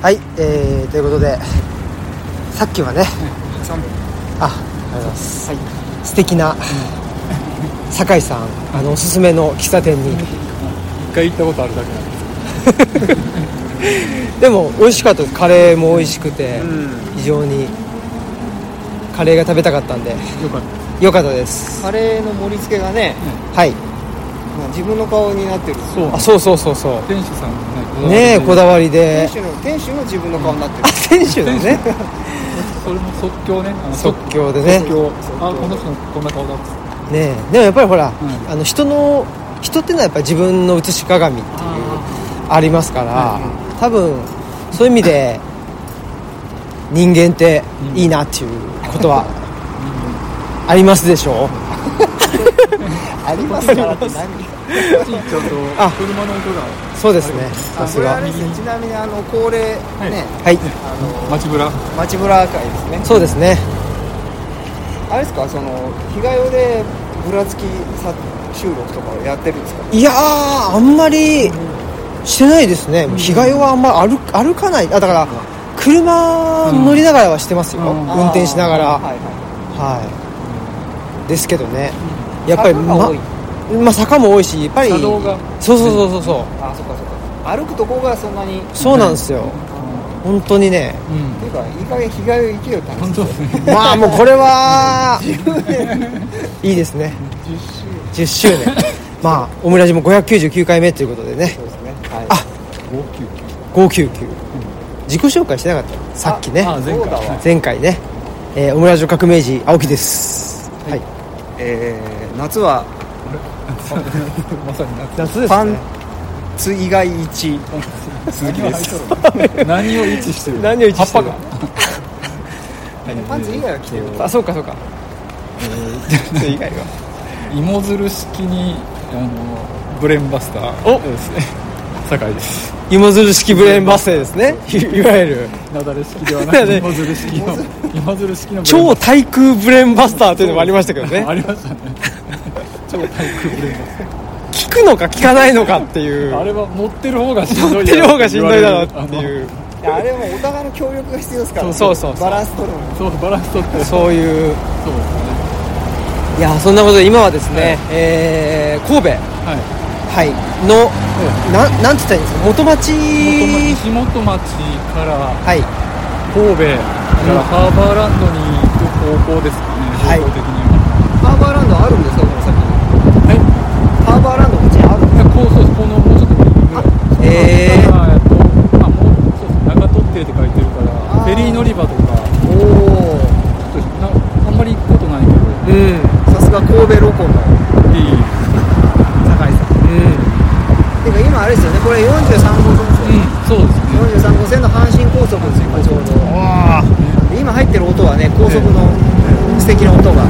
はい、ということでさっきはね、ありがとうございます、はい、素敵な酒井さんおすすめの喫茶店に一回行ったことあるだけなんですでも美味しかったです。カレーも美味しくて、非常にカレーが食べたかったんでよかったです。 カレーの盛り付けがね、 はい、 自分の顔になってる。 そう店主さんのねこだわりで店主の自分の顔になってる。 店主のねそれも即興ね。 即興でね。 この人のこんな顔だっつってね。でもやっぱりほら、人ってのはやっぱり自分の写し鏡っていうありますから、多分そういう意味で人間っていいなっていうことはありますでしょう。 ありますからって何？ ちょっと車の音が。 そうですね。さすが。 ちなみに恒例ね、 はい。 街ブラ会ですね。 そうですね。 あれですか、日帰りでブラつき収録とかやってるんですか？ いやー、あんまりしてないですね。日帰りはあんまり歩かない。だから車乗りながらはしてますよ。運転しながら。はい。ですけどね。やっぱり坂も多いし、やっぱり車道がそう。 あ、そっか。歩くとこがそんなに。 そうなんですよ。本当にね。 っていうか、いい加減日帰り行けよって話ですよ。 まあもうこれはいいですね。10周年。まあオムラジも599回目ということでね。 そうですね。はい。 あ、599。自己紹介してなかったさっきね。前回ね。オムラジオ革命児青木です。はい。 夏はまさに夏ですね。 パンツ以外1鈴木です。 何を位置してる？ 何を位置してる？ パンツ以外は着てる。 あ、そうか。以外は芋づる式にブレーンバスターですね。酒井です。 芋づる式ブレーンバスターですね。いわゆるなだれ式ではなく芋づる式の超対空ブレーンバスターというのもありましたけどね。 ありましたね。超対空ブレーンバスター。 効くのか効かないのかっていう。 あれは乗ってる方がしんどいだろうっていう。 あれもお互いの協力が必要ですから。 そうバランス取る。 バランス取ってそういう。 そうですね。 いや、そんなことで今はですね、神戸のなんて言ったらいいんですか、元町西本町から神戸からハーバーランドに行く方向ですかね。方向的にはハーバーランドあるんですか、この先に。ハーバーランドこっちにあるんですか？ そうです。このもうちょっと右ぐらい。長戸って書いてるからフェリー乗り場とか。あんまり行くことないけど。 さすが神戸ロコのいい酒井さん。てか今あれですよね、これ43号線ですよね。そうですね。43号線の阪神高速ですよ、今ちょうど。今入ってる音はね、高速の素敵な音が。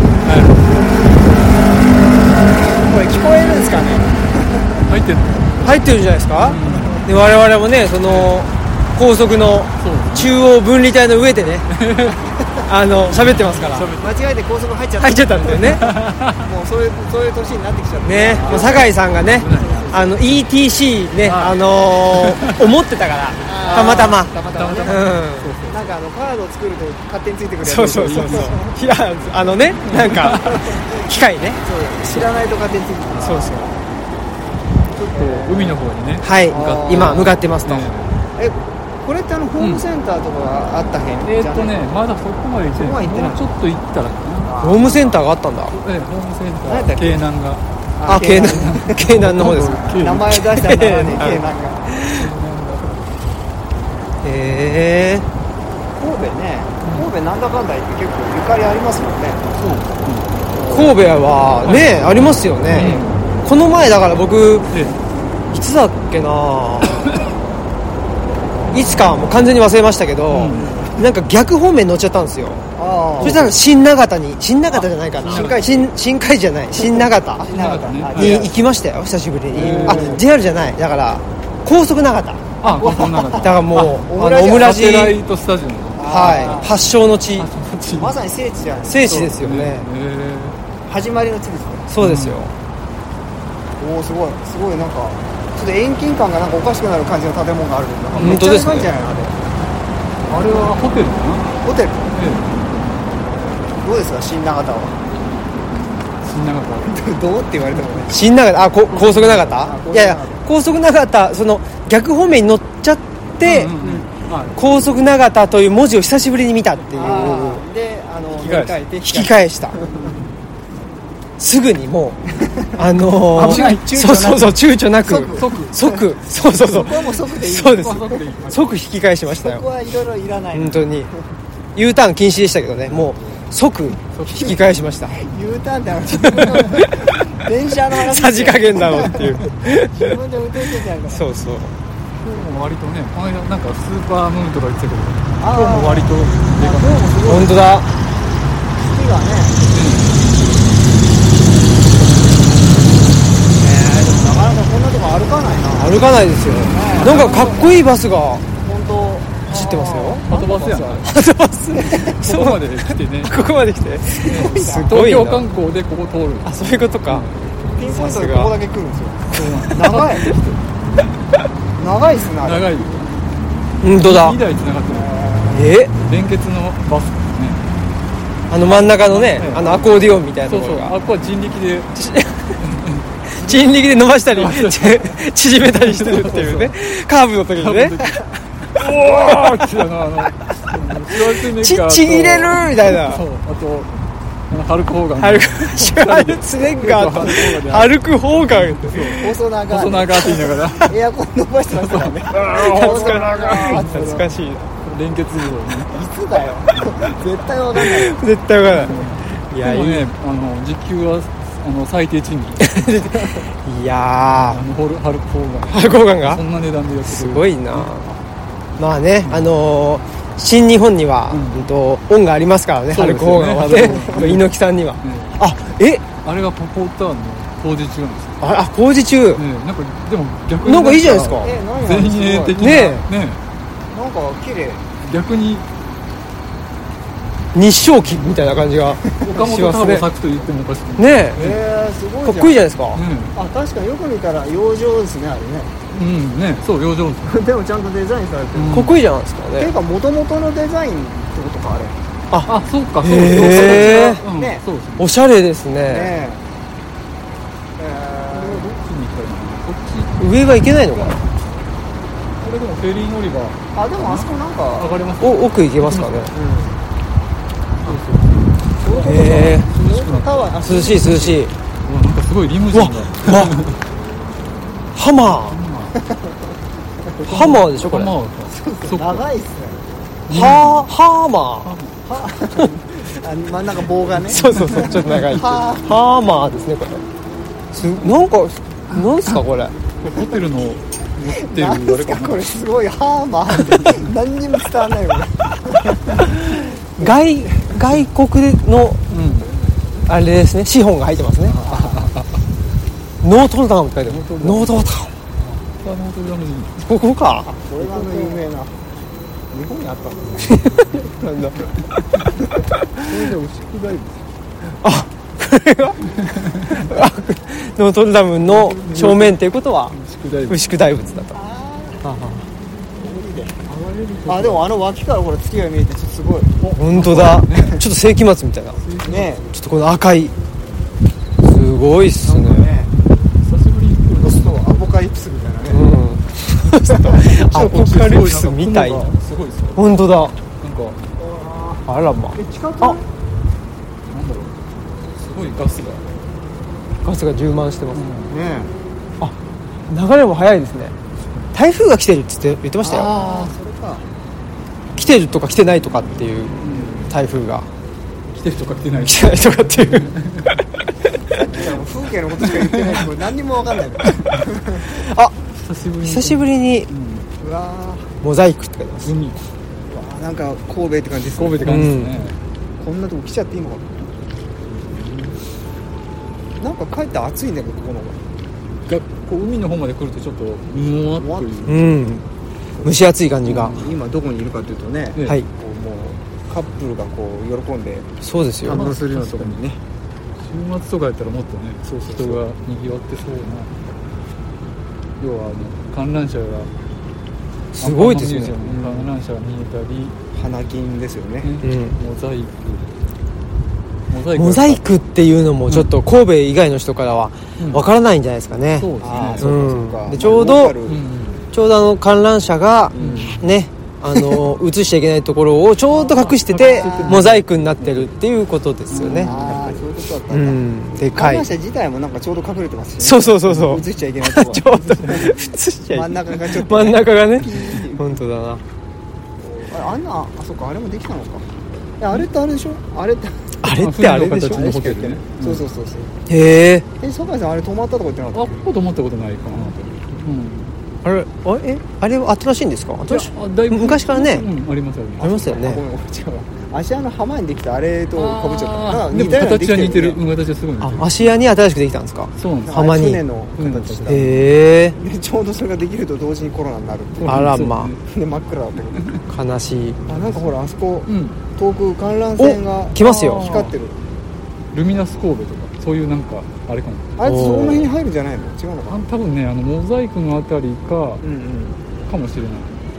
これ聞こえるんですかね？ 入ってるんじゃないですか。で我々もね、その高速の中央分離帯の上でね喋ってますから。 間違えて高速入っちゃったんだよね。 もうそういう年になってきちゃってね。もう酒井さんがね、ETC ね、思ってたからたまたまなんかカードを作ると勝手についてくるやつ。 そういやね、なんか機械ね。 知らないと勝手についてくる。 そうちょっと海の方にね、 今向かってますと。 これってホームセンターとかがあった辺じゃね。 まだそこまで行ってない。もうちょっと行ったらホームセンターがあったんだ。 ホームセンター京南が。 京南の方ですか。 名前出したらね、京南が。神戸なんだかんだ言って結構ゆかりありますもんね。 神戸はね、ありますよね。この前だから僕いつだっけな、いつかもう完全に忘れましたけど、なんか逆方面乗っちゃったんですよ。そしたら新長田じゃないかな。新海じゃない、新長田に行きましたよ、久しぶりに。JR じゃない、だから高速長田。だからもうオムラジサテライトスタジオの発祥の地。 まさに聖地じゃない。 聖地ですよね。 始まりの地ですね。 そうですよ。 すごいなんかちょっと遠近感がなんかおかしくなる感じの建物がある。 本当ですね。 あれはホテルかな。 ホテル、どうですか新長田は。 新長田どうって言われてもね。 新長田、高速長田、 高速長田いやいや高速長田、その逆方面に乗っちゃって、高速長田という文字を久しぶりに見たっていう。 で引き返したすぐにもうそう躊躇なく即そうそこはもう即でいい。 そうです即引き返しましたよ。 そこはいろいろいらない。 本当に U ターン禁止でしたけどね、もう即引き返しました。 U ターンって自分の電車の話さじ加減だろうっていう自分で運転してんじゃんから。 そう今日も割とね、この間なんかスーパームーンとか言ってたけど、 あー今日も割と今日もすごい本当だ。 月がね、でもなかなかこんなとこ歩かないな。 歩かないですよ。なんかかっこいいバスが本当走ってますよ。 はとバスやな。 はとバスここまで来てね、 ここまで来てすごいな。 東京観光でここ通る。 あ、そういうことか。 ピンポイントでここだけ来るんですよ。長い長いっすねあれ。 長いよ。 本当だ 2。台繋がってる。連結のバスね。 真ん中のね、アコーディオンみたいなそうそう。 ところがあここは人力で人力で伸ばしたり縮めたりしてるっていうね。カーブの時にねおーってちぎれるみたいな。 そう。あとハルクホーガン。 ハルクシュワルツェネッガーとハルクホーガン。 細長細長って言いながらエアコン伸ばしてましたからね。 懐かしい。 連結部をね。 いつだよ。絶対わかんないよ。 絶対わからない。いやでもね、時給は最低賃金。 いやハルクホーガン。 ハルクホーガンがそんな値段でやってる。 すごいな。まあね、新日本には、恩がありますからね、ハルクホーガンはね、猪木さんには。 あれがポポーターの工事中なんですよ。 あ、工事中。 なんかでも逆になんかいいじゃないですか。 前衛的なねなんか綺麗。 逆に日照期みたいな感じが岡本太郎しますね。 作と言ってもおかしくない。 ねすごいじゃん。 かっこいいじゃないですか。 あ、確かによく見たら養生ですねあれね。 そう養生でもちゃんとデザインされてる。 かっこいいじゃないですかね。 ていうか元々のデザインってことかあれ。 あ、そうか、そうへそうねそうですね。 おしゃれですね。 ねどっちに行ったらいいの？こっち。 上は行けないのかな。 これでもフェリー乗り場あ、でもあそこなんか上がれます。 奥行けますかね。 そうそう。 へタワー涼しい涼しい。 なんかすごいリムジンが。 ハマー。ハマーでしょこれ。 ハマー。 長いっすね。 ハーマー。 真ん中棒がね。 そうちょっと長い。ハーマーですねこれ。なんかなんすかこれ。 ホテルの持ってるなんですかこれすごいハーマーって何にも伝わんないよね。 外国のあれですね、資本が入ってますね。ノートルダムって書いてある。ノートルダム。ここか。 これが有名な。日本にあったんだ。 なんだ。 これで牛久大仏。 あ、これがノートルダムの正面っていうことは牛久大仏だと。 あ、でも脇からこれ月が見えてすごい。 本当だ。ちょっと世紀末みたいな。 ね。 ちょっとこの赤い。すごいっすね。 久しぶりに来る。 そうアポカリプスみたいなね。 アポカリプスみたいな。 すごいですよ。 本当だ。 なんかあらま。 近く。 なんだろう。すごいガスが充満してます。 ね。 流れも早いですね。台風が来てるって言ってましたよ。 ああ、それか。 来てるとか来てないとかっていう台風が。 来てるとか来てない。 来てないとかっていう。 風景のことしか言ってないけど何にも分かんないの。 あ、 久しぶりに。 うわモザイクって書いてます。 海。 なんか神戸って感じですね。 神戸って感じですね。 こんなとこ来ちゃっていいのかな。なんか帰って暑いんだけどここのこう海の方まで来るとちょっとムワッという。 蒸し暑い感じが。 今どこにいるかというとね。 はい。 もうカップルがこう喜んで。 そうですよ。 堪能するようなところにね。 週末とかやったらもっとね、人が賑わってそうな。要は観覧車がすごいですね。 観覧車が見えたり、 花金ですよね。 モザイク。 モザイクっていうのもちょっと神戸以外の人からはわからないんじゃないですかね。 そうですね。 そうか。 でちょうど観覧車がね、映しちゃいけないところをちょうど隠しててモザイクになってるっていうことですよね。 そういうことだったんだ。 でかい。 観覧車自体もなんかちょうど隠れてますしね。 そう映しちゃいけないところ。 ちょうど映しちゃいけない。 真ん中がちょっと。 真ん中がね。本当だな。 そうか、あれもできたのか。あれってあれでしょ？あれってあれでしょ？ ホテルね。 そう。 へえ。 酒井さんあれ泊まったとこ行ってなかったっけ？ ここ泊まったことないかなと。 あれは新しいんですか？ だいぶ昔からね。 ありますよね。 ごめん、違うわ。芦屋の浜にできたあれとかぶっちゃった。 でも形は似てる。形はすごい似てる。 芦屋に新しくできたんですか？ そうなんです。 浜に。 船の形だ。 へえ。 ちょうどそれができると同時にコロナになるっていう。 あらまあ。で真っ暗だったけど。 悲しい。 なんかほらあそこ遠く観覧船が来ますよ。 光ってる。 ルミナス神戸とかそういうなんかあれかな。 あれその辺に入るんじゃないの？違うのかな。 多分ねモザイクのあたりかかもしれない。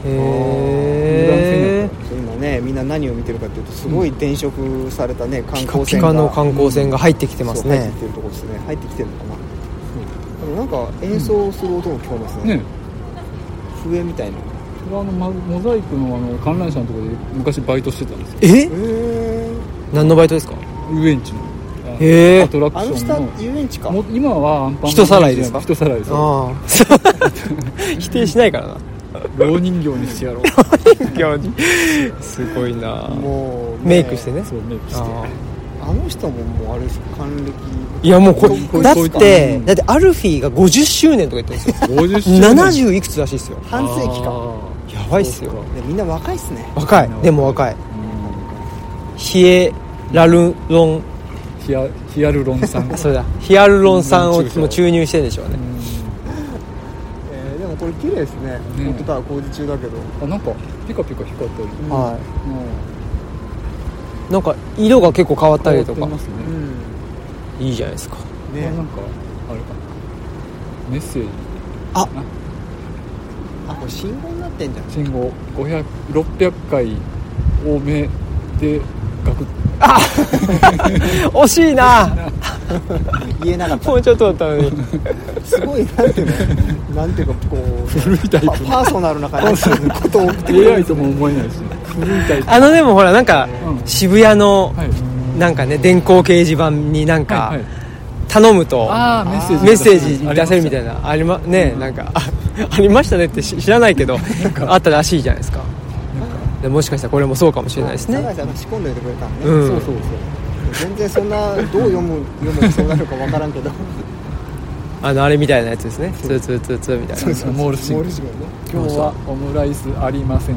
へえ。 今ねみんな何を見てるかっていうとすごい電飾されたね観光船がピカピカの観光船が入ってきてますね。 入ってきてるとこですね。入ってきてるのかな。でもなんか演奏する音も聞こえますね。笛みたいな。 モザイクの観覧車のところで昔バイトしてたんですよ。 何のバイトですか？ 遊園地のアトラクションの遊園地か。 今はアンパンマン人さらいですか？ 人さらいです。 否定しないからな。 老人形にしてやろう。 老人形にすごいな。 もうメイクしてね。 そうメイクして。 あの人ももうあれです還暦。 いやもうだってアルフィーが50周年とか言ってるんですよ。 50周年。 70いくつらしいですよ。 半世紀か。 やばいっすよ。 みんな若いっすね。 若い。でも若い。ヒエラルロンヒアルロン酸そうだヒアルロン酸をもう注入してるんでしょうね。 でもこれ綺麗ですね。本当だ工事中だけど。 なんかピカピカ光ったり。 はい。なんか色が結構変わったりとか。いいじゃないですか。 ね。なんかあれかな。メッセージ。 これ信号になってんじゃん。 信号600回多めでガクッ。 惜しいな。 言えなかった。 もうちょっとだったのに。 すごいなんていうかこう古いタイプ。 パーソナルな感じのことを送ってくれる。AI とも思えないし。古いタイプ。 でもほらなんか渋谷のなんかね電光掲示板になんか頼むとメッセージ出せるみたいなありまねなんかありましたねって知らないけどあったらしいじゃないですか。もしかしたらこれもそうかもしれないですね。 酒井さんが仕込んでおいてくれたんね。そう全然そんなどう読むそうなるか分からんけどあれみたいなやつですね。ツーみたいな。 モールシグナルね。今日はオムライスありません。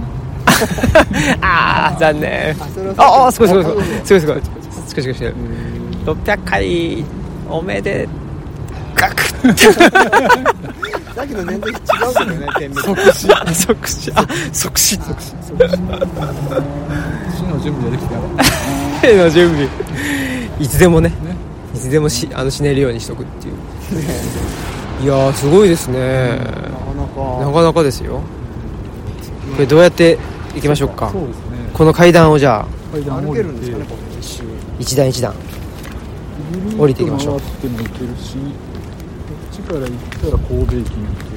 残念。すごいしてる。600回おめでガクさっきの全然違うけどね。点即死死の準備ができてなかった。 死の準備いつでもねいつでも死ねるようにしとくっていう。いやすごいですね。なかなかですよ。これどうやって行きましょうか。 そうですね。 この階段をじゃあ歩けるんですかね。 一段一段降りていきましょう。 回っても行けるし、こっちから行ったら神戸駅に行けるし。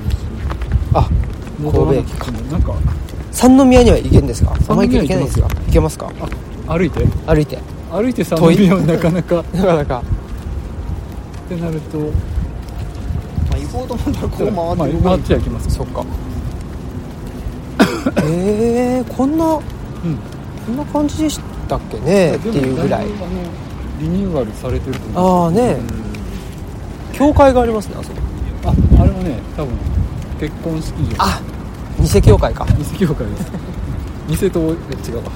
神戸駅か。 なんか三宮には行けるんですか。あんまり行けないですか。行けますか。 歩いて三宮はなかなかってなると行こうと思ったらこう回ってはいきます。 そっか。こんな感じでしたっけねっていうぐらいリニューアルされてると思う。 ね教会がありますね。あそこあれもね多分結婚式場。 偽教会か。 偽教会です。偽と違うわ。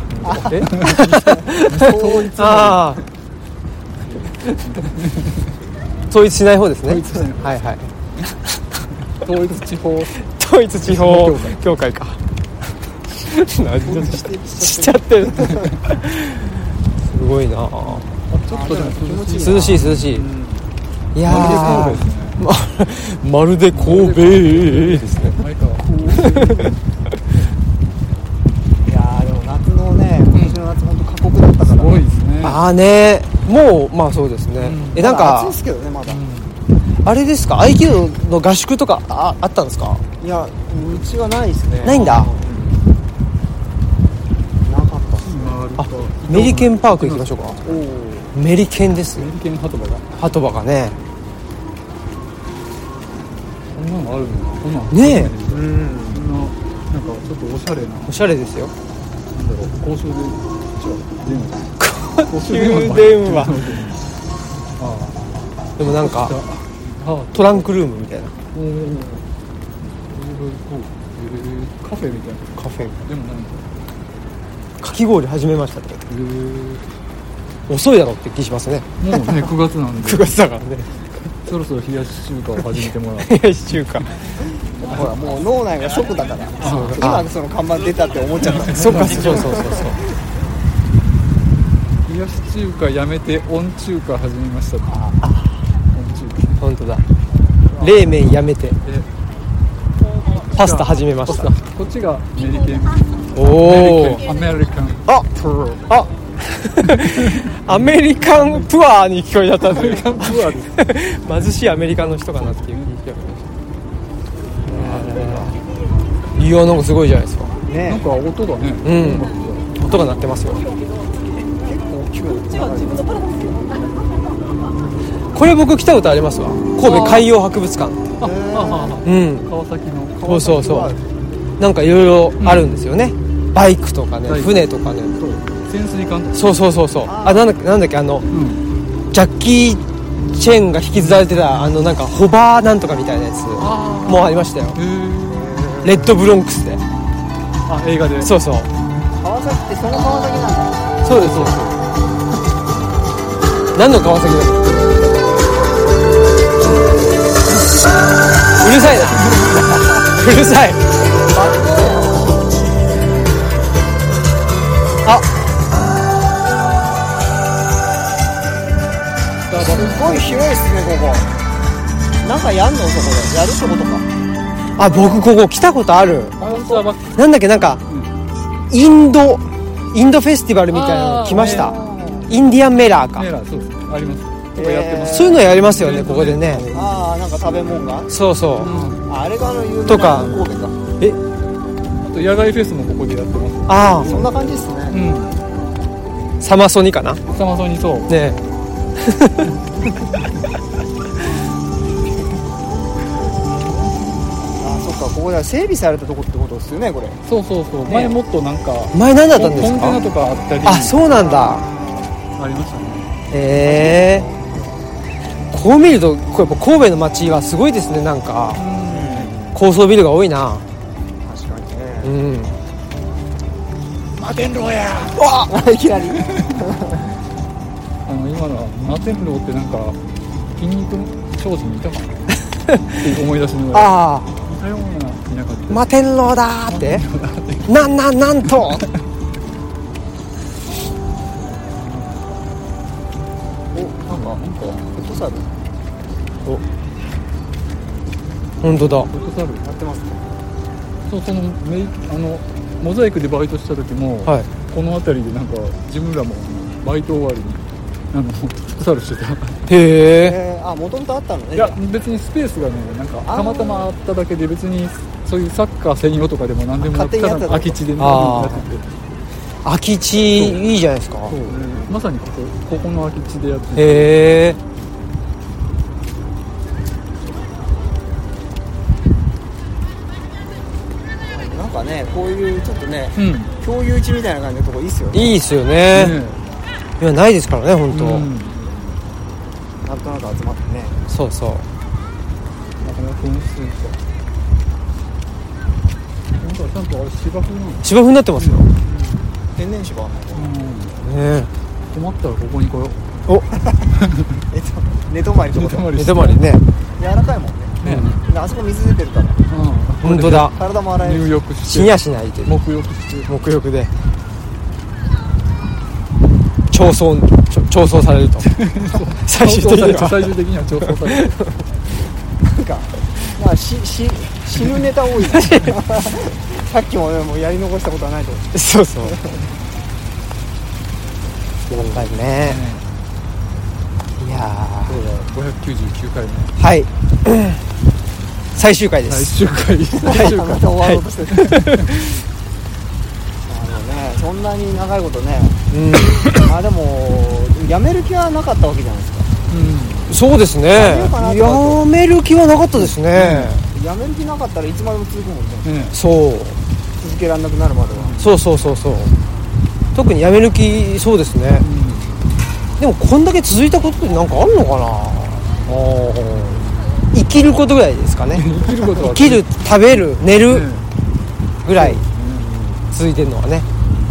統一しない方ですね。 はいはい。統一地方教会か。しちゃってる。すごいな。ちょっとでも涼しい。いやまるで神戸ですね。 ああね、もうまあそうですね、なんか暑いですけどね、まだ、 あれですか、合気道の合宿とか あったんですか？ いや、うちはないですね。 ないんだ。 なかったっすね。 あ、メリケンパーク行きましょうか。メリケンですよ。 メリケン鳩場が鳩場がね、 こんなのあるのこんなのねえ、 こんななんかちょっとおしゃれな、 おしゃれですよ。 なんだろう、公衆電話、 公衆電話あでもなんかあトランクルームみたいな、 カフェみたいなカフェ、 でも何かき氷始めましたって。遅いだろって気しますね。 もうね9月なんで 9月だからね。 そろそろ冷やし中華を始めてもらう。 冷やし中華。 ほら、もう脳内が即だから今その看板出たって思っちゃった。 そっか、そう。 冷やし中華やめて温中華始めました。温中華、 本当だ。冷麺やめてパスタ始めました。 こっちがメリケン、 おお、 アメリカンあプロ、 あアメリカンプアに聞こえちゃったんですよ。 プアです貧しいアメリカの人かなっていう気がしました。いや、なんかすごいじゃないですか。 ねなんか音がね、 音が鳴ってますよ。 結構大きくなってます。 これ僕来たことありますわ。神戸海洋博物館。 川崎のそうなんかいろいろあるんですよね、バイクとかね、船とかね、 潜水艦とか、 そうあ、なんだっけジャッキー・チェンが引きずられてたなんかホバーなんとかみたいなやつもありましたよ。レッドブロンクスで、 映画で、 そう川崎ってその川崎なんだ。 そうです。何の川崎だろう。うるさいなうるさい。あ、 すごい広いっすね、ここ。なんかやんの、そこでやるってことか。 あ、僕ここ来たことある。なんだっけ、なんかインドフェスティバルみたいなの来ました。インディアンメラーか。 そうです、あります。やってます。 そういうのやりますよね、ここでね。 なんか食べ物が。 そう、 あれが有名なとか神戸か。 あと野外フェスもここでやってます。 そんな感じですね。 サマソニかな。 サマソニ、そうねそっか、ここでは整備されたとこってことですよね、これ。 そう、前もっとなんか前何だったんですか。 コンテナとかあったり、 あ、そうなんだ。 ありましたね。 こう見るとやっぱ神戸の街はすごいですね。なんか高層ビルが多いな。 確かにね。 摩天楼やいきなり今のは摩天楼ってなんか筋肉商事にいたかなって思い出しながら、いたようないなかった。 摩天楼だーってなんとなんかフットサル。 本当だ。 フットサルやってますね。 そう、モザイクでバイトした時も、この辺りでなんか自分らもバイト終わりにフットサルしてた。 へえ。もともとあったのね。 いや、別にスペースがね、なんかたまたまあっただけで、別にそういうサッカー専用とかでも何でもなくて、空き地でね、やってて。 空き地いいじゃないですか。 そう、まさにここの空き地でやってて。 へえ。 なんかね、こういうちょっとね、共有地みたいな感じのとこいいっすよね。 いいっすよね。いや、ないですからね、本当。 なんとなく集まってね。 そう。 なかなか噴水か。なんかちゃんと芝生なの。 芝生になってますよ。 天然芝。 困ったらここに来よう。お。 寝泊まりとか。 寝泊まりね。 柔らかいもんね。あそこ水出てるから。 本当だ。 体も洗える。 入浴して。 死にやしないで。 沐浴して。 沐浴で。調装されると。最終的には調装される。 なんか、死ぬネタ多い。さっきもやり残したことはないと。 そう。 素やっぱりね、いやー599回目、 はい最終回です。 最終回また終わろうとしてる、そんなに長いことね、まあでもやめる気はなかったわけじゃないですか。 そうですね、やめる気はなかったですね、 やめる気なかったらいつまでも続くもんね、 そう続けられなくなるまでは。 そう特にやめる気、そうですね、でもこんだけ続いたことってなんかあるのかな。生きることぐらいですかね生きる、食べる、寝るぐらい続いてるのはね、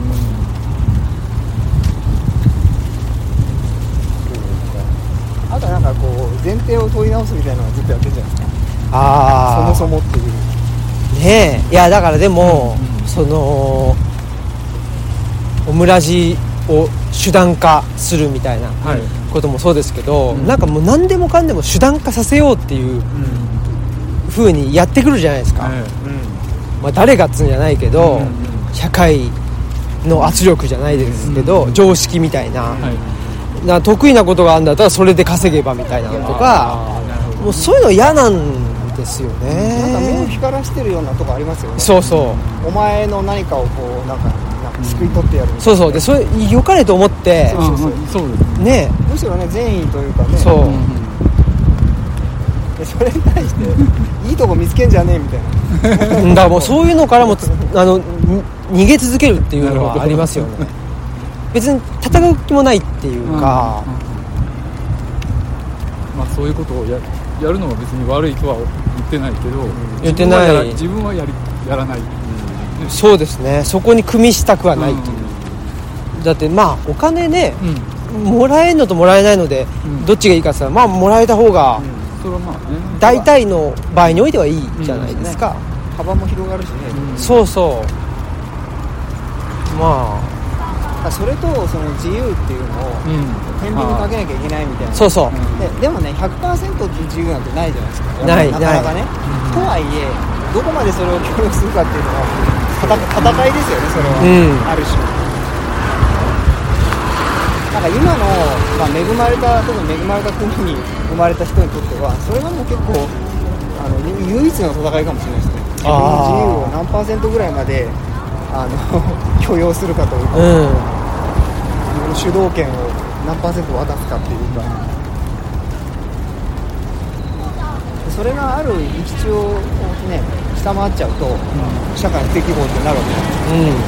あとなんかこう前提を問い直すみたいなのがずっとやってるじゃないですか。そもそもっていうねえ。いやだからでも、そのオムラジを手段化するみたいなこともそうですけど、なんかもう何でもかんでも手段化させようっていう風にやってくるじゃないですか、まあ、誰がっつんじゃないけど、社会の圧力じゃないですけど、常識みたいな、得意なことがあるんだったらそれで稼げばみたいなのとか、もうそういうの嫌なんですよね。 なんか目を光らしてるようなとこありますよね。 そうお前の何かをこうなんか救い取ってやる、 そうで、それ良かれと思ってそうですね、 むしろね善意というかね、でそれに対していいとこ見つけんじゃねえみたいなだからもうそういうのからも逃げ続けるっていうのはありますよね別に戦う気もないっていうか、 まあそういうことをやるのは別に悪いとは言ってないけど、 言ってない、 自分はやらない、 そうですね、そこに組みしたくはないっていう、だってまあお金ね、もらえるのともらえないので、どっちがいいかって言ったら、まあもらえた方が、 それはまあね、 大体の場合においてはいいじゃないですか、 幅も広がるしね、 そうまあそれとその自由っていうのを天秤にかけなきゃいけないみたいな、でもね 100% って自由なんてないじゃないですか、なかなかね、とはいえどこまでそれを協力するかっていうのは戦いですよね、それは、ある種なんか今の、まあ、恵まれた国に生まれた人にとってはそれはもう結構唯一の戦いかもしれないですね。自分の自由を何%ぐらいまで許容するかというか、主導権を何%渡すかっていうか、それがある域値をね下回っちゃうと、社会の適合ってなるわけなんです、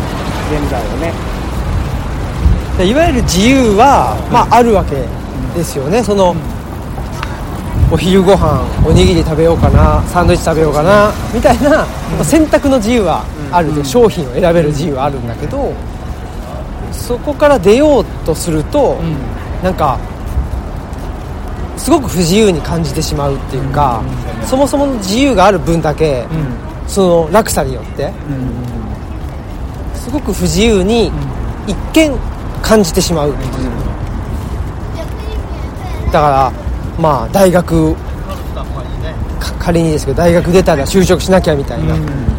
現在はね。 いわゆる自由は、まあ、あるわけですよね。その、お昼ご飯おにぎり食べようかな、サンドイッチ食べようかなみたいな、選択の自由はある、商品を選べる自由はあるんだけど、そこから出ようとすると、なんかすごく不自由に感じてしまうっていうか、そもそもの自由がある分だけ、その落差によって、すごく不自由に一見感じてしまう。だからまあ大学、仮にですけど大学出たら就職しなきゃみたいな、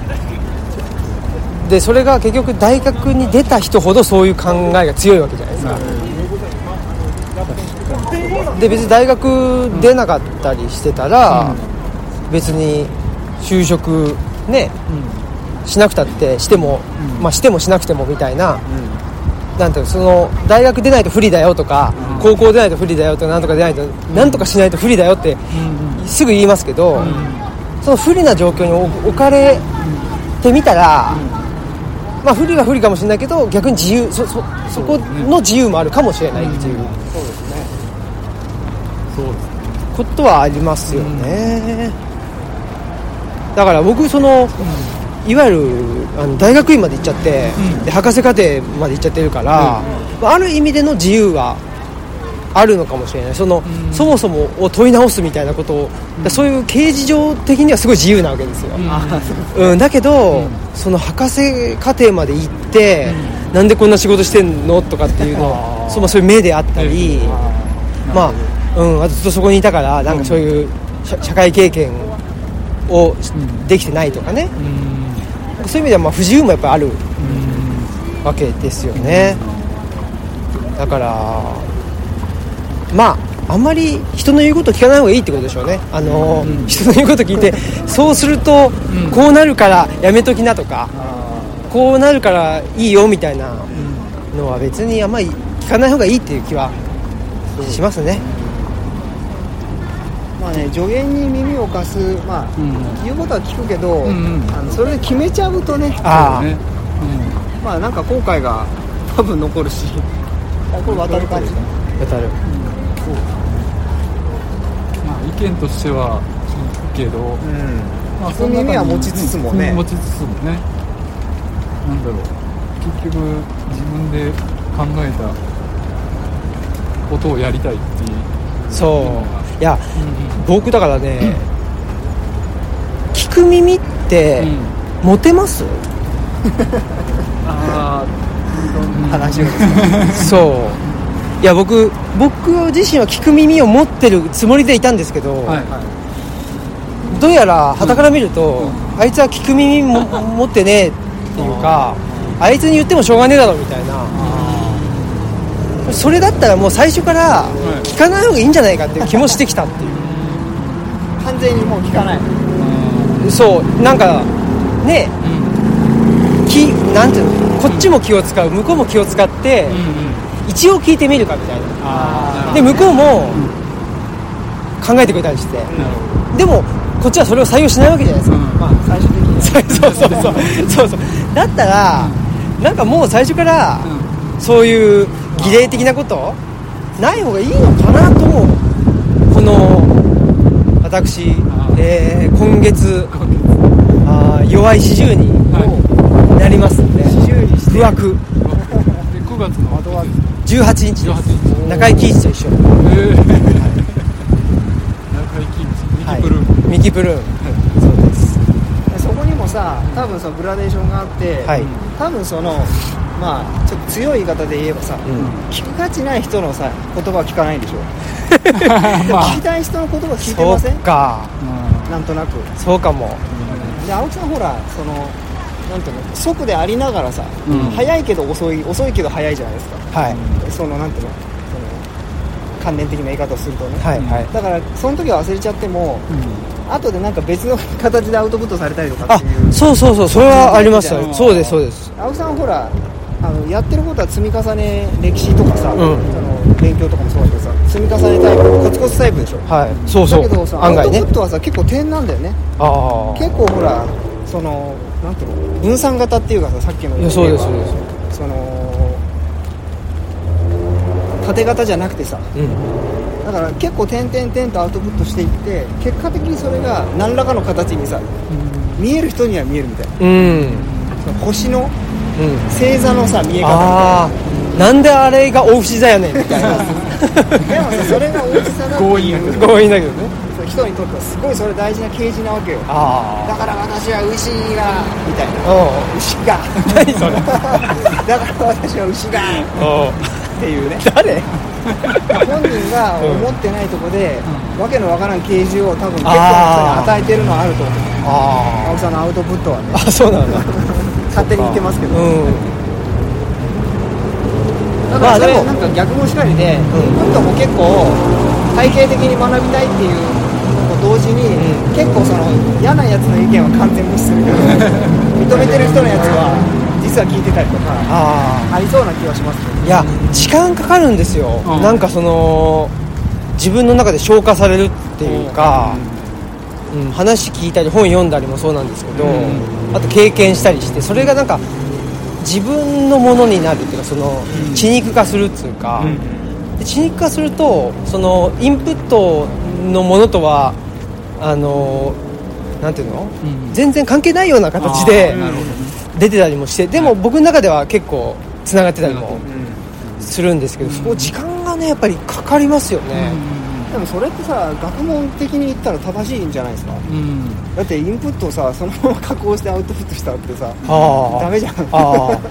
でそれが結局大学に出た人ほどそういう考えが強いわけじゃないですか。で別に大学出なかったりしてたら、別に就職ね、しなくたってしても、まあしてもしなくてもみたいな、なんていうその大学出ないと不利だよとか、高校出ないと不利だよとか、なんとか出ないと、なんとかしないと不利だよってすぐ言いますけど、その不利な状況に置かれてみたら、まあ不利は不利かもしれないけど、逆に自由、そこの自由もあるかもしれないっていう、ことはありますよね。だから僕その、いわゆる大学院まで行っちゃって、で博士課程まで行っちゃってるから、ある意味での自由はあるのかもしれない。そもそもを問い直すみたいなことを、そういう形而上的にはすごい自由なわけですよ、だけど、その博士課程まで行って、なんでこんな仕事してんのとかっていうの、そういう目であったり、まあ、あとずっとそこにいたからなんかそういう社会経験をできてないとかね、そういう意味ではまあ不自由もやっぱりあるわけですよね。 だからまああんまり人の言うこと聞かない方がいいってことでしょうね。人の言うこと聞いてそうするとこうなるからやめときなとか、こうなるからいいよみたいなのは別にあんまり聞かない方がいいっていう気はしますね。 まあね、助言に耳を貸す、まあ言うことは聞くけど、それで決めちゃうとね、まあなんか後悔が多分残るし、これ渡る感じだ。 渡る。 まあ意見としては聞くけど、 まあその耳は持ちつつもね、 持ちつつもね、なんだろう、結局自分で考えたことをやりたいっていう。 そういや、僕だからね、聞く耳って持てます？ 話をそういや僕自身は聞く耳を持ってるつもりでいたんですけど、どうやら傍から見ると、あいつは聞く耳も持ってねえっていうか、あいつに言ってもしょうがねえだろみたいな、それだったらもう最初から聞かない方がいいんじゃないかっていう気もしてきたっていう。 完全にもう聞かない。 そうなんかね、なんていうの、こっちも気を使う向こうも気を使って、一応聞いてみるかみたいな。で向こうも考えてくれたりして、でもこっちはそれを採用しないわけじゃないですか。 まあ最終的にそうだったらなんかもう最初からそういう儀礼的なことない方がいいのかなとも、この私、今月弱い40になりますんで、不惑 9月の 18日です。中井貴一と一緒。中井貴一、 ミキプルーン、そうです。 そこにもさ、多分そのグラデーションがあって、多分そのまあちょっと強い言い方で言えばさ、聞く価値ない人のさ言葉は聞かないんでしょ。聞きたい人の言葉聞いてません？ そうか、 なんとなくそうかも。 で青木さんほら、そのなんていうの、速でありながらさ、速いけど遅いけど速いじゃないですか。そのなんていうの、その関連的な言い方をするとね、だからその時は忘れちゃっても、後でなんか別の形でアウトプットされたりとかっていう。 そうそれはありますよ。そうです。 青木さんほらやってることは積み重ね、歴史とかさ、その勉強とかもそうだけどさ、積み重ねタイプ、コツコツタイプでしょ。 そうだけどさ、アウトプットはさ結構点なんだよね。結構ほら、そのなんていうの、分散型っていうかさ、さっきの言うそうです。 その縦型じゃなくてさ、だから結構点々とアウトプットしていって、結果的にそれが何らかの形にさ、見える人には見えるみたいな。星の星座のさ見え方みたいな。なんであれが大牛座やねんみたいな。でもさ、それが大牛座だっていう強引だけどね、人にとってはすごいそれ大事な啓示なわけよ。だから私は牛がみたいな、牛が何それだから私は牛がっていうね。誰本人が思ってないとこで、わけのわからん啓示を多分結構与えてるのはあると思う。青木さんのアウトプットはね。 そうなんだ。 勝手に言ってますけど、だからそれなんか逆もしかりで、インプットも結構体系的に学びたいっていうのと同時に、結構その嫌なやつの意見は完全無視するけど認めてる人のやつは実は聞いてたりとかありそうな気はしますね。 いや、時間かかるんですよ。なんかその自分の中で消化されるっていうか、話聞いたり本読んだりもそうなんですけど、あと経験したりして、それがなんか自分のものになるっていうか、その血肉化するっていうか、で血肉化すると、そのインプットのものとはなんていうの、全然関係ないような形で出てたりもして、でも僕の中では結構つながってたりもするんですけど、そこ時間がねやっぱりかかりますよね。 でもそれってさ、学問的に言ったら正しいんじゃないですか。だってインプットをさ、そのまま加工してアウトプットしたってさ、ダメじゃん。確かに。だ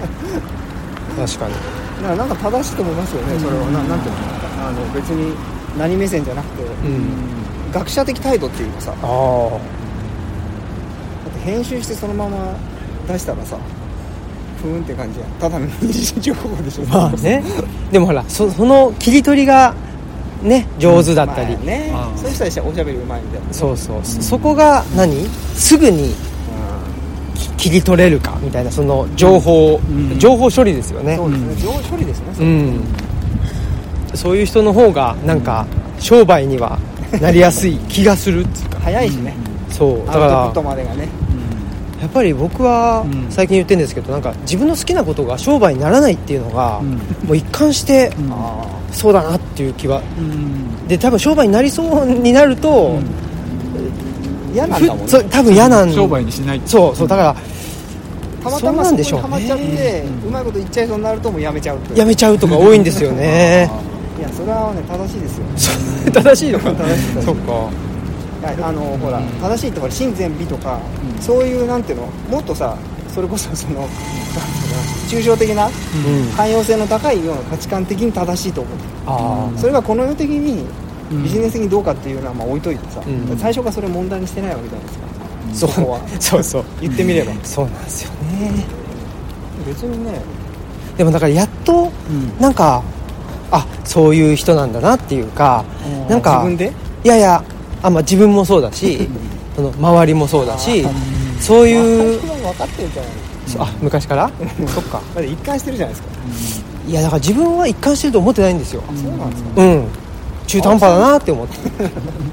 からなんか正しいと思いますよね。それはなんていうの、別に何目線じゃなくて、学者的態度っていうかさ、だって編集してそのまま出したらさ、 ふーんって感じや。ただの二次情報でしょ。 まあねでもほらその切り取りがね上手だったり、 ね、そういう人たちはおしゃべりうまいみたいな。 そうそう、そこがすぐに切り取れるかみたいな、その情報処理ですよね。 そうですね、情報処理ですね。 そういう人の方がなんか商売にはなりやすい気がするっていうか早いしね。 そうだからアウトプットまでがね。 やっぱり僕は最近言ってるんですけど、なんか自分の好きなことが商売にならないっていうのが、もう一貫してそうだなっていう気は、で多分商売になりそうになると、 嫌なんだもんね。 そう多分嫌なん商売にしない。 そうだからたまたまそこにハマっちゃって、うまいこと言っちゃいそうになるともうやめちゃうやめちゃうとか多いんですよねいやそれはね正しいですよ正しいのか正しいそっかほら正しいとか真善美とか、そういうなんていうの、もっとさ、それこそそのなんていうの抽象的な、汎用性の高いような価値観的に正しいと思う。それがこの世的にビジネス的にどうかっていうのはまあ置いといてさ、最初からそれ問題にしてないわけじゃないですか。そこはそう言ってみればそうなんですよね。 別にね、 でもだからやっとなんか、そういう人なんだなっていうか、なんか自分でいやまあ、自分もそうだしその周りもそうだし、そういう分かってるじゃない。 昔からそっかだって一貫してるじゃないですか。 いやだから自分は一貫してると思ってないんですよ。 そうなんですか。 中途半端だなって思って青木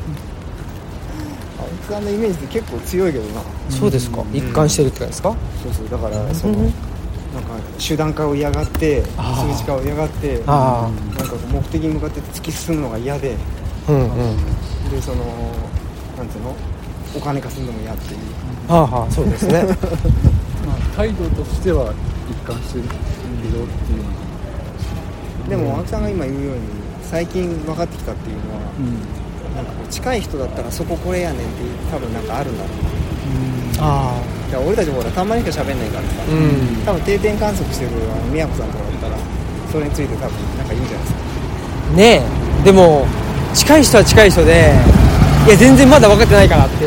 さんのイメージって結構強いけどな。 そうですか、一貫してるってことですか。 そうだからそのなんか集団化を嫌がって数値化を嫌がってなんか目的に向かって突き進むのが嫌で、でそのなんていうの、お金稼ぐのも嫌っていう。 そうですねまあ態度としては一貫してるけどっていうのが。 でも青木さんが今言うように最近分かってきたっていうのは、なんかこう近い人だったらそここれやねんって多分なんかあるんだろうな。だから俺たちほらたまにしか喋んないからさ、多分定点観測してる宮子さんとかだったらそれについて多分なんか言うんじゃないですかね。でも近い人は近い人で、いや全然まだ分かってないからって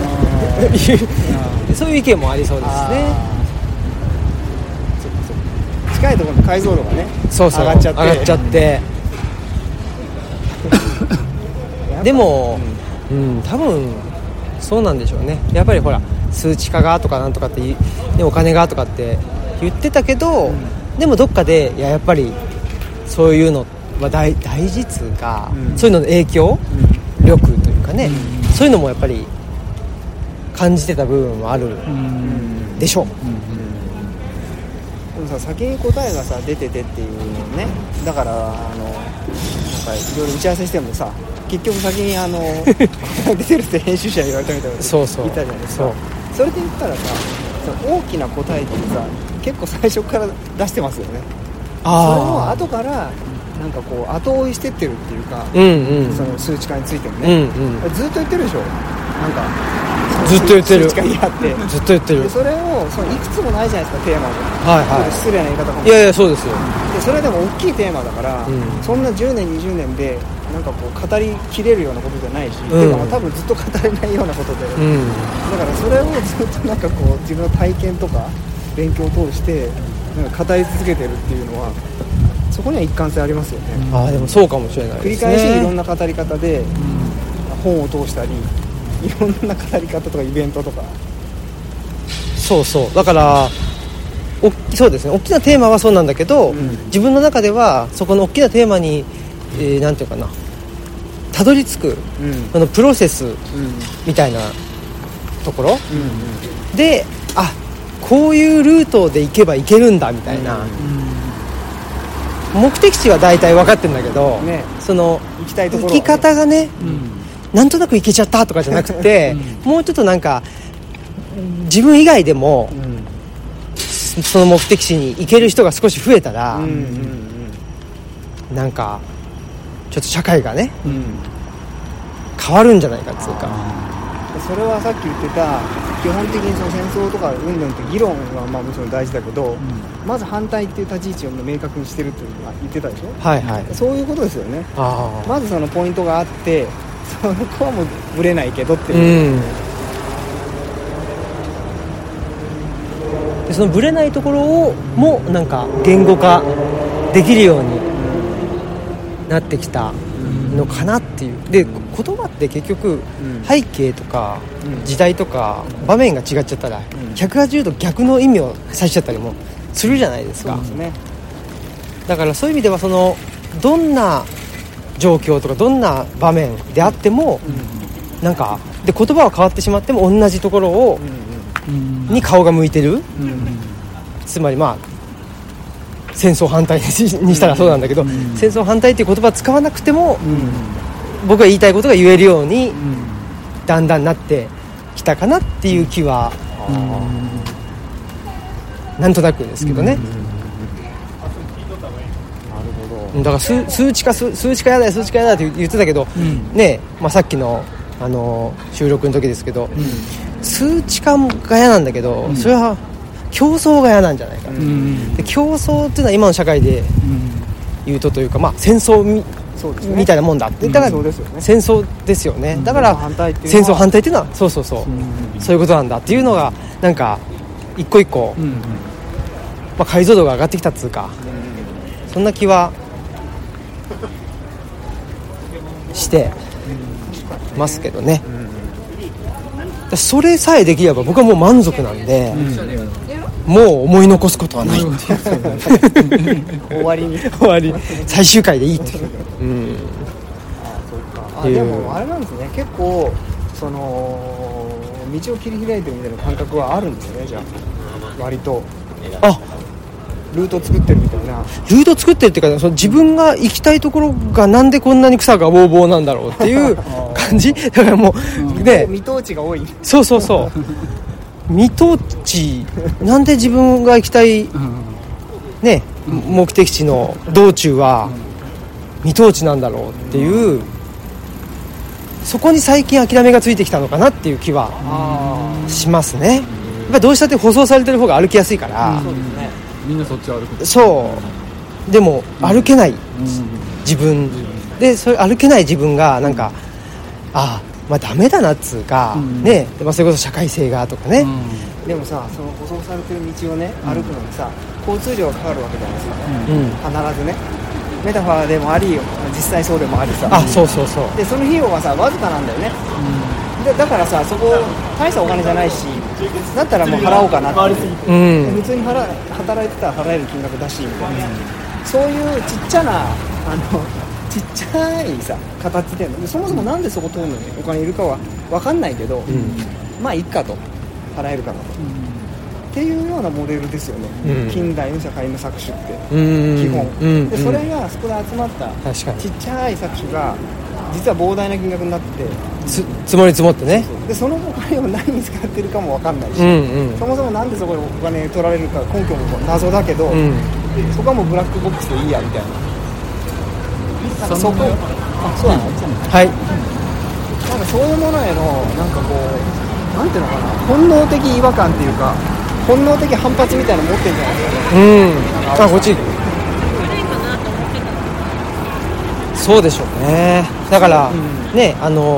そういう意見もありそうですね。 近いところの解像度がね、 上がっちゃってでも、多分そうなんでしょうね。やっぱりほら数値化がとかなんとかってお金がとかって言ってたけど、でもどっかでやっぱりそういうのは大事つうか、そういうのの影響力というかね、そういうのもやっぱり感じてた部分もあるでしょう。 でもさ、先に答えがさ出ててっていうのね、だからなんかいろいろ打ち合わせしてもさ、結局先に答え出てるって編集者に言われたみたいなこと言ったじゃないですか。それで言ったらさ、大きな答えってさ結構最初から出してますよね。それを後からなんかこう後追いしてってるっていうか、その数値化についてもね、ずっと言ってるでしょ。なんかずっと言ってる。 数値化嫌ってずっと言ってる。 でそれをいくつもないじゃないですか、テーマで。失礼な言い方かも。 いやそうですよ。 でそれでも大きいテーマだから、そんな10年20年でなんかこう語りきれるようなことじゃないし、多分ずっと語れないようなことで、だからそれをずっとなんかこう自分の体験とか勉強を通してなんか語り続けてるっていうのは、そこには一貫性ありますよね。 でもそうかもしれないですね。 繰り返しいろんな語り方で、本を通したりいろんな語り方とかイベントとか、 そうだからそうですね、大きなテーマはそうなんだけど、自分の中ではそこの大きなテーマに、なんていうかな、たどり着く、そのプロセスみたいなところ、でこういうルートで行けば行けるんだみたいな、目的地は大体分かってるんだけど、その行きたいところ、 行き方がね、なんとなく行けちゃったとかじゃなくて、もうちょっとなんか自分以外でも、その目的地に行ける人が少し増えたら、なんかちょっと社会がね、変わるんじゃないかっていうか。 それはさっき言ってた基本的にその戦争とか云々って議論はまあもちろん大事だけど、まず反対っていう立ち位置を明確にしてるっていうのは言ってたでしょ。そういうことですよね。まずそのポイントがあって、そこはもうぶれないけどっていう、 でそのブレないところをもなんか言語化できるようになってきたのかなっていう。で言葉って結局背景とか時代とか場面が違っちゃったら180度逆の意味を指しちゃったりもするじゃないですか。 そうですね。 だからそういう意味ではそのどんな状況とかどんな場面であってもなんかで言葉は変わってしまっても同じところをに顔が向いてる、つまりまあ戦争反対にしたらそうなんだけど、戦争反対っていう言葉を使わなくても、僕が言いたいことが言えるように、だんだんなってきたかなっていう気は、なんとなくですけどね。だから数値化やだって言ってたけど、ね、まあ、さっきの収録の時ですけど、数値化が嫌なんだけど、それは競争が嫌なんじゃないかな、で競争っていうのは今の社会で言うというか、まあ、戦争みたいなもんだってだから戦争ですよね。だから戦争反対っていうのはそういうことなんだっていうのがなんか一個一個、まあ、解像度が上がってきたっつうか、そんな気はしてますけどね。それさえできれば僕はもう満足なんで、もう思い残すことはないっていう終わり最終回でいいっていう、 でもあれなんですね、結構その道を切り開いてるみたいな感覚はあるんですよね。じゃあ割とルート作ってるみたいな。 ルート作ってるっていうか、その自分が行きたいところがなんでこんなに草がボーボーなんだろうっていう感じだからもうね、 見通しが多い。 そう見通しなんで自分が行きたいね、目的地の道中は見通しなんだろうっていう、そこに最近諦めがついてきたのかなっていう気はしますね。やっぱりどうしたって舗装されてる方が歩きやすいから、 そうですね、 みんなそっち歩く。 そうでも歩けない自分で、それ歩けない自分がなんか、まあダメだなっつうか、ね、まあ、それこそ社会性がとかね、 でもさ、その舗装されてる道をね、歩くのにさ、交通量がかかるわけじゃないですか、必ずね。メタファーでもあり、実際そうでもありさ。 そうでその費用はさ、わずかなんだよね、だからさ、そこ大したお金じゃないし、だったらもう払おうかなって、普通に働いてたら払える金額だしみたいな、そういうちっちゃなちっちゃいさ形で、そもそもなんでそこ通るのにお金いるかは分かんないけど、まあいいかと、払えるかなと、っていうようなモデルですよね、近代の社会の搾取って基本、でそれがそこで集まったちっちゃい搾取が実は膨大な金額になって積もり積もってね、 でそのお金を何に使ってるかも分かんないし、そもそもなんでそこでお金取られるか根拠も謎だけど、そこはもうブラックボックスでいいやみたいな。なんかそこ、そうなの？ はい。 なんかそういうものへのなんかこう、なんていうのかな、本能的違和感っていうか、本能的反発みたいなの持ってるんじゃないですかね。 こっち。そうでしょうね。だから、ね、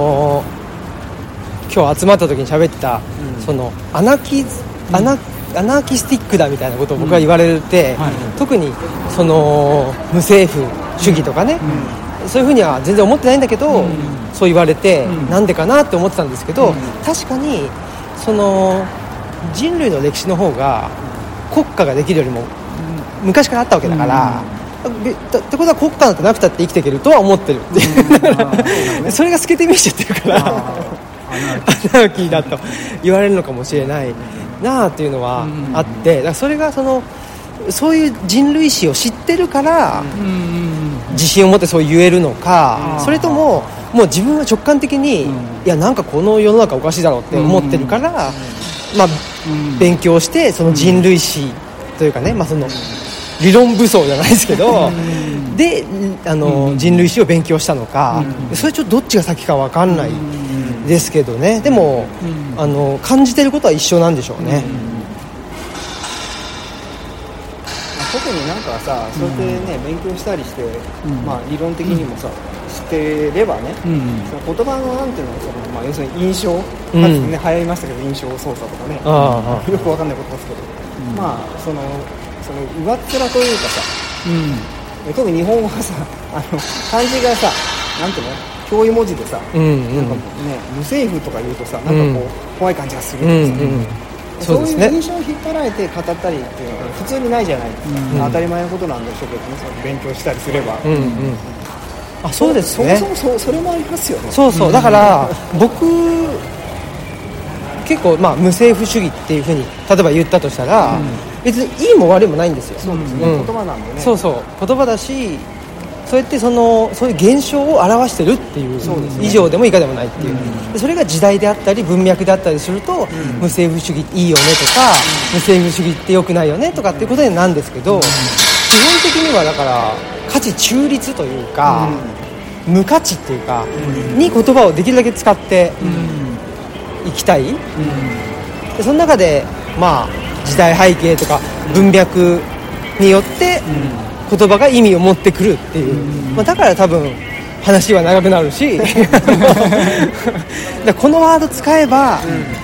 今日集まった時に喋ってた、そのアナーキスティックだみたいなことを僕は言われて、特にその無政府主義とかね、そういうふうには全然思ってないんだけど、そう言われて、なんでかなって思ってたんですけど、確かにその人類の歴史の方が国家ができるよりも昔からあったわけだから、ってことは国家なんてなくたって生きていけるとは思ってるっていうそれが透けて見えちゃってるからアナーキーだと言われるのかもしれないなあっていうのはあって、だからそれがそういう人類史を知ってるから自信を持ってそう言えるのか、それとももう自分は直感的に、いやなんかこの世の中おかしいだろうって思ってるから、まあ勉強してその人類史というかね、まあその理論武装じゃないですけどで人類史を勉強したのか、それちょっとどっちが先か分かんないですけどね。でも感じてることは一緒なんでしょうね。 特になんかさ、そうやってね、勉強したりして、まあ理論的にもさ、知ってればね、その言葉のなんていうの、まあ要するに印象、かつてね流行りましたけど、印象操作とかね、よくわかんないことですけど、 まあその上っ面というかさ、特に日本語はさ漢字がさなんていうの表意文字でさ、なんかね無政府とか言うとさなんかこう、怖い感じがするとかさ、そういう印象を引っ張られて語ったりっていうのは普通にないじゃないですか、当たり前のことなんでしょうけどね、勉強したりすれば、 あ、そうですね。 そもそれもありますよね。 そうだから僕結構無政府主義っていうふうに例えば言ったとしたら、別にいいも悪いもないんですよ。 そうですね、言葉なんでね。 そう言葉だし、そうやってそういう現象を表してるっていう以上でも以下でもないっていう、でそれが時代であったり文脈であったりすると、無政府主義いいよねとか、無政府主義って良くないよねとかっていうことになるんですけど、基本的にはだから価値中立というか、無価値っていうか、に言葉をできるだけ使っていきたい、でその中で時代背景とか文脈によって言葉が意味を持ってくるっていう、だから多分話は長くなるしこのワード使えば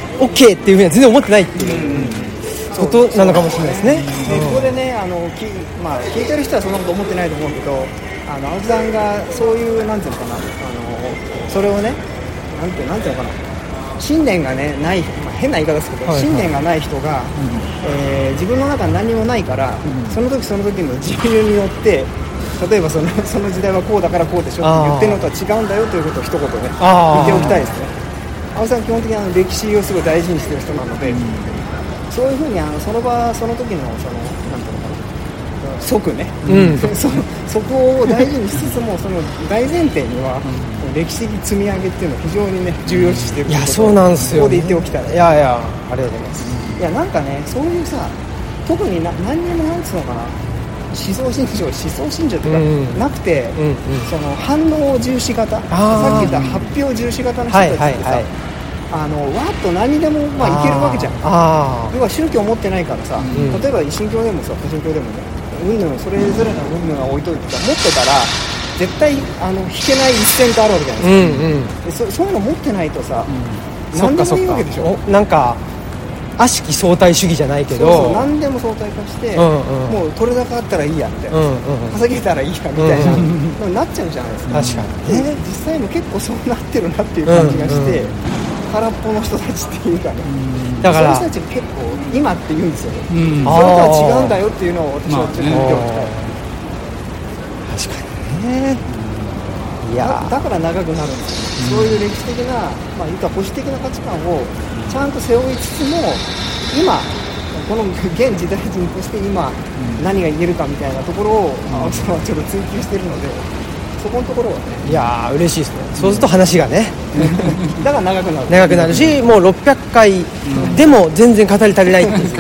OK っていうふうには全然思ってないっていうことなのかもしれないですね。 ここでね聞いてる人はそんなこと思ってないと思うけど、青木さんがそういうなんていうのかな、それをねなんていうのかな、信念がねない、変な言い方ですけど、信念がない人が、自分の中に何もないから、その時その時の自由によって例えばその時代はこうだからこうでしょって言ってるのとは違うんだよということを一言ね言っておきたいですね。青木さん基本的に歴史をすごい大事にしてる人なので、そういうふうにその場その時のなんていうのかな、即ね、そこを大事にしつつもその大前提には、歴史的積み上げっていうのを非常にね重要視している。 いやそうなんですよ、 ここで言っておきたい。 いやありがとうございます。 いやなんかね、そういうさ、特に何にもなんつうのかな、思想信条とかなくて、その反応重視型、さっき言った発表重視型の人たちってさ、わっと何にでもいけるわけじゃん。要は宗教を持ってないからさ、例えば一神教でもさ不神教でもね、それぞれの運命は置いといてさ、持ってたら絶対引けない一線とあるわけじゃないですか。そういうの持ってないとさ、何でもいいわけでしょ。 なんか悪しき相対主義じゃないけど、 何でも相対化して、もう取れ高あったらいいやみたいな、稼げたらいいやみたいな、なっちゃうじゃないですか。 確かに、 実際も結構そうなってるなっていう感じがして、空っぽの人たちっていうかね、だからそういう人たちが結構今って言うんですよね。それとは違うんだよっていうのを私はちょっと言っておきたい。 確かにね。いやだから長くなるんですよ、そういう歴史的な、言った保守的な価値観をちゃんと背負いつつも、今この現時代人として今何が言えるかみたいなところを青木さんはちょっと追求しているので、そこのところはね、 いや嬉しいですね。そうすると話がねだから長くなるし、もう600回でも全然語り足りないっていう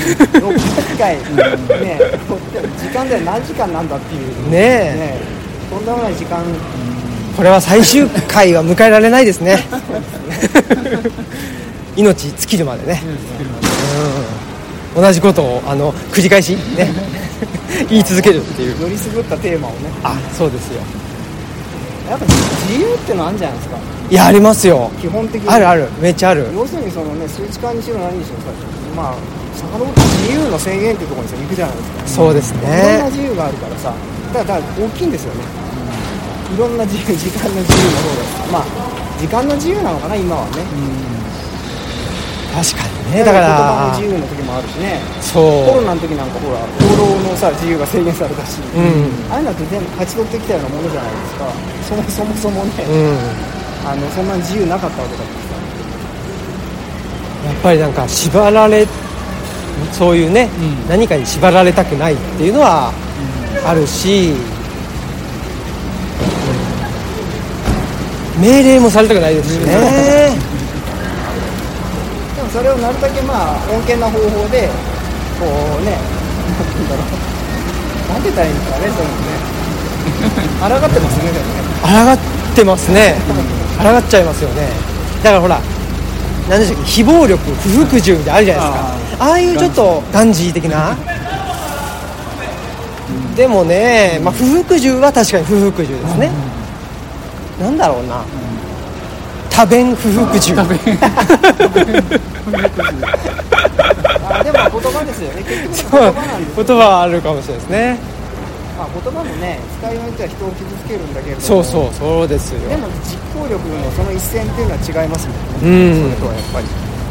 600回ね、時間で何時間なんだっていうね、とんでもない時間。 これは最終回は迎えられないですね命尽きるまでね、同じことを繰り返しね言い続けるっていう、 よりすぐったテーマをね。 そうですよ。 やっぱ自由ってのあるんじゃないですか。 いやありますよ、 基本的にあるめっちゃある。 要するにそのね、数値化にしろ何にしろさ、遡って自由の制限っていうところに行くじゃないですか。 そうですね、 いろんな自由があるからさ、だから大きいんですよね。いろんな自由、時間の自由の方が、時間の自由なのかな今はね。 確かにね。だから言葉の自由の時もあるしね。コロナの時なんかほら放浪のさ自由が制限されたし、ああいうのって全部勝ち取ってきたようなものじゃないですか。そもそもね、そんな自由なかったわけだからさ。 やっぱりなんか縛られ、そういうね、何かに縛られたくないっていうのはあるし、命令もされたくないですしねでもそれをなるだけ穏健な方法でこうね、なんて言ったらいいんですかね、そういうのね抗ってますね。でもね抗ってますね抗っちゃいますよね。だからほら何でしたっけ、非暴力不服従みたいなあるじゃないですか。ああいうちょっとガンジー的な、でもね、不服従は確かに不服従ですね。なんだろうな、多弁不服従でも言葉ですよね、結局言葉なんですよ。 言葉はあるかもしれないですね。 言葉もね、使いようによっては人を傷つけるんだけれども、 そうですよ。 でも実行力のその一線っていうのは違いますもんね、それとはやっぱり。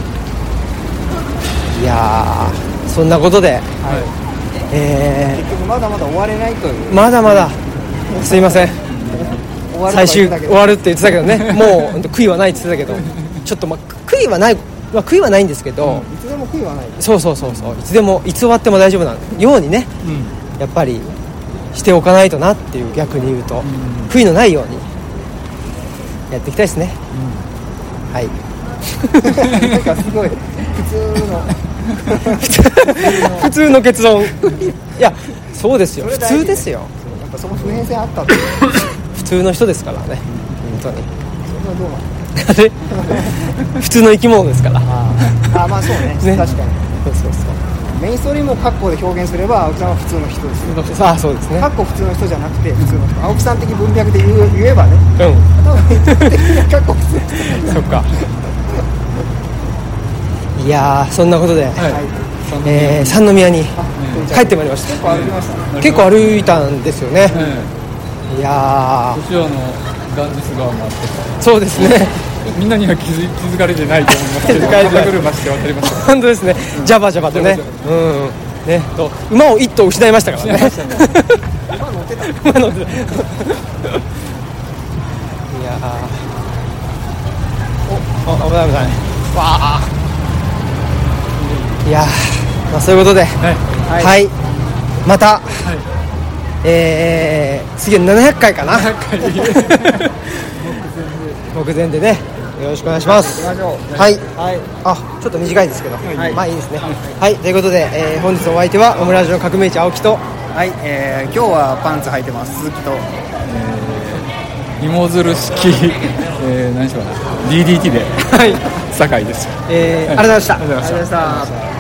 いやー、そんなことで、 結局まだまだ終われないという。 まだまだすいません、最終終わるって言ってたけどね、もう悔いはないって言ってたけど、ちょっと悔いはない、悔いはないんですけど、 いつでも悔いはない。 そう、いつでも、いつ終わっても大丈夫なようにね、やっぱりしておかないとなっていう、逆に言うと、悔いのないようにやっていきたいですね。はい。 なんかすごい普通の結論。いや、そうですよ、普通ですよ。 やっぱその普遍性あったって。 普通の人ですからね、本当に。 それはどうあれ普通の生き物ですから。 まあそうね、確かに。 そうメインストリームをカッコで表現すれば青木さんは普通の人ですよ。 そうですね。 カッコ普通の人じゃなくて普通の人、青木さん的文脈で言えばね、多分カッコ普通の人。 そっか。いやー、そんなことで、三宮に帰ってまいりました。 結構歩きましたね。 結構歩いたんですよね。いやー、 年はガンジス川もあって、 そうですね。 みんなには気づかれてないと思いますけど、肩車して渡りました。 本当ですね。ジャバとね、ね、馬を一頭失いましたからね。 馬乗ってた。 いやー、危ない。わあ。いやー、そういうことで、はい、また、次は700回かな。目前でね、よろしくお願いします。はい、ちょっと短いですけど、まあいいですね。はい、ということで、本日お相手はオムラジオ革命児青木と、 今日はパンツ履いてます鈴木と、 芋づる式、何しようかな、DDT で、酒井です。 ありがとうございました。 ありがとうございました。